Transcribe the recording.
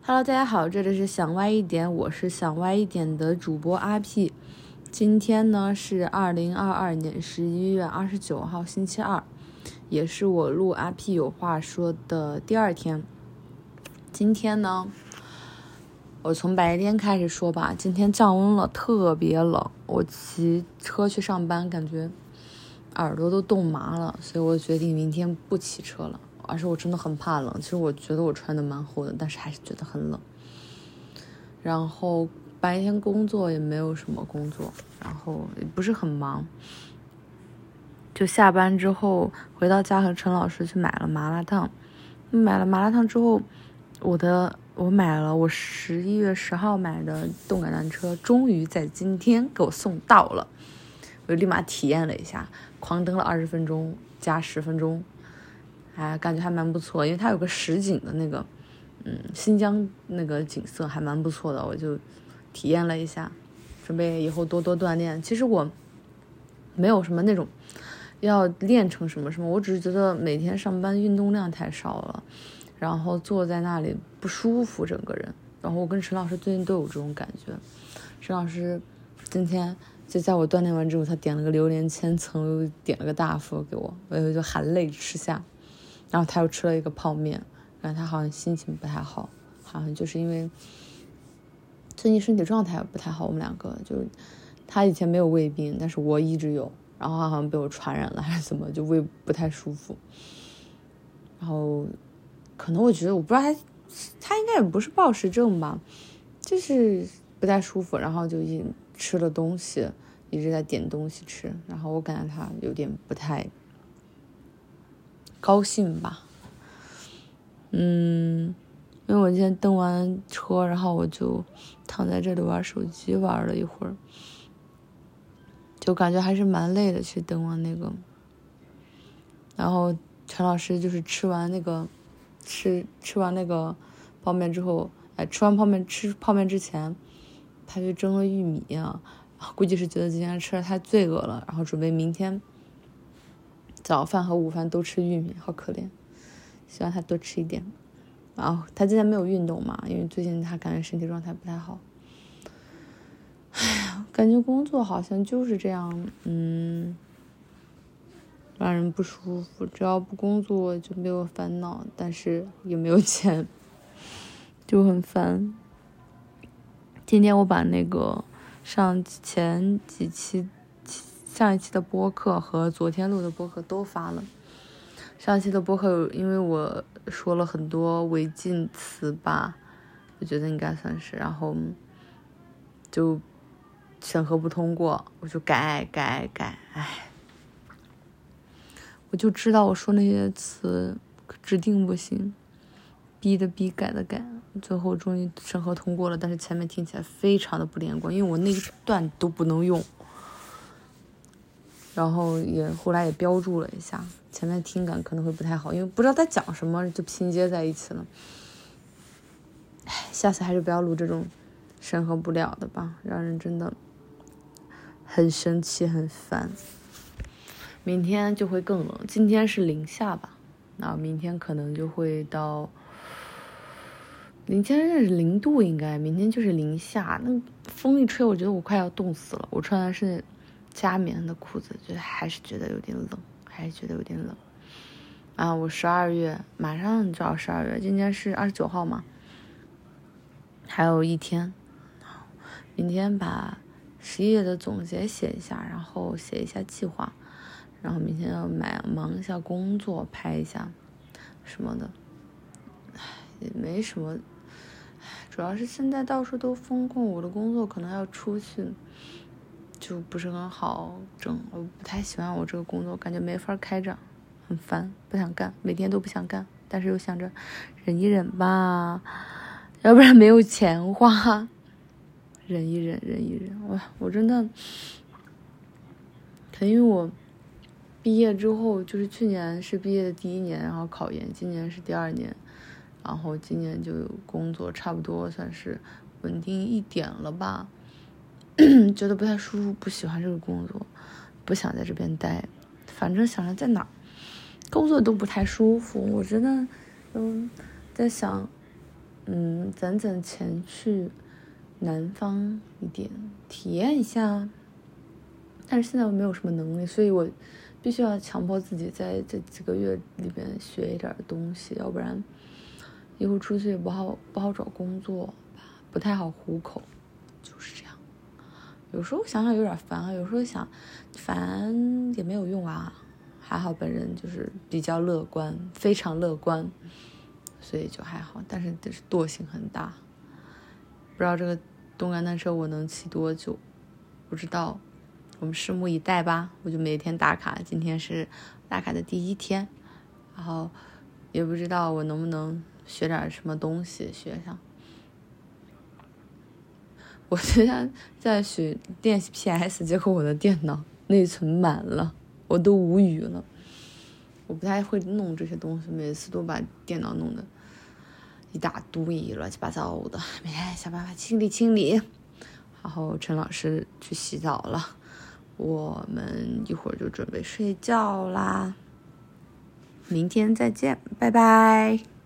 Hello， 大家好，这里是想歪一点，我是想歪一点的主播阿 P。今天呢是2022年11月29号星期二，也是我录阿 P 有话说的第二天。今天呢，我从白天开始说吧，今天降温了，特别冷，我骑车去上班，感觉耳朵都冻麻了，所以我决定明天不骑车了。而且我真的很怕冷，其实我觉得我穿的蛮厚的，但是还是觉得很冷。然后白天工作也没有什么工作，然后也不是很忙，就下班之后回到家和陈老师去买了麻辣烫。买了麻辣烫之后，我买了我11月10号买的动感单车，终于在今天给我送到了。我就立马体验了一下，狂蹬了20分钟加10分钟，感觉还蛮不错，因为它有个实景的那个新疆那个景色还蛮不错的，我就体验了一下，准备以后多多锻炼。其实我没有什么那种要练成什么，我只是觉得每天上班运动量太少了，然后坐在那里不舒服整个人。然后我跟陈老师最近都有这种感觉。陈老师今天就在我锻炼完之后，他点了个榴莲千层，又点了个大福给我，我就含泪吃下。然后他又吃了一个泡面，然后他好像心情不太好，好像就是因为最近身体状态不太好。我们两个就他以前没有胃病，但是我一直有，然后他好像被我传染了还是怎么，就胃不太舒服。然后可能我觉得，我不知道他应该也不是暴食症吧，就是不太舒服，然后就吃了东西，一直在点东西吃，然后我感觉他有点不太高兴吧。因为我今天蹬完车，然后我就躺在这里玩手机，玩了一会儿，就感觉还是蛮累的，去蹬完那个。然后陈老师就是吃完那个泡面之后，吃泡面之前，他就蒸了玉米啊，估计是觉得今天吃的太罪恶了，然后准备明天早饭和午饭都吃玉米，好可怜，希望他多吃一点。然后他今天没有运动嘛，因为最近他感觉身体状态不太好。感觉工作好像就是这样，让人不舒服。只要不工作就没有烦恼，但是也没有钱，就很烦。今天我把那个上一期的播客和昨天录的播客都发了。上一期的播客因为我说了很多违禁词吧，我觉得应该算是，然后就审核不通过，我就改，我就知道我说那些词指定不行，逼的逼，改的改，最后终于审核通过了，但是前面听起来非常的不连贯，因为我那一段都不能用，然后后来也标注了一下，前面听感可能会不太好，因为不知道在讲什么就拼接在一起了。下次还是不要录这种审核不了的吧，让人真的很生气很烦。明天就会更冷，今天是零下吧，那明天可能就会到明天是0度，应该明天就是零下。那风一吹，我觉得我快要冻死了。我穿的是加棉的裤子，还是觉得有点冷，我12月马上就要12月，今天是29号嘛，还有一天。明天把11月的总结写一下，然后写一下计划，然后明天要忙一下工作，拍一下什么的。也没什么，主要是现在到处都封控，我的工作可能要出去，就不是很好整。我不太喜欢我这个工作，感觉没法开展，很烦，不想干，每天都不想干，但是又想着忍一忍吧，要不然没有钱花，忍一忍。我真的，可能因为我毕业之后，就是去年是毕业的第1年，然后考研，今年是第2年，然后今年就有工作，差不多算是稳定一点了吧。觉得不太舒服，不喜欢这个工作，不想在这边待，反正想着在哪儿工作都不太舒服。我觉得在想攒钱去南方一点体验一下。但是现在我没有什么能力，所以我必须要强迫自己在这几个月里边学一点东西，要不然以后出去也不好找工作，不太好糊口，就是这样。有时候想想有点烦啊，有时候想烦也没有用啊。还好本人就是比较乐观，非常乐观，所以就还好。但是惰性很大，不知道这个动感单车我能骑多久，不知道，我们拭目以待吧。我就每天打卡，今天是打卡的第1天，然后也不知道我能不能学点什么东西学上。我现在在练习 PS， 结果我的电脑内存满了，我都无语了。我不太会弄这些东西，每次都把电脑弄得一大堆乱七八糟的，每天想办法清理。然后陈老师去洗澡了，我们一会儿就准备睡觉啦。明天再见，拜拜。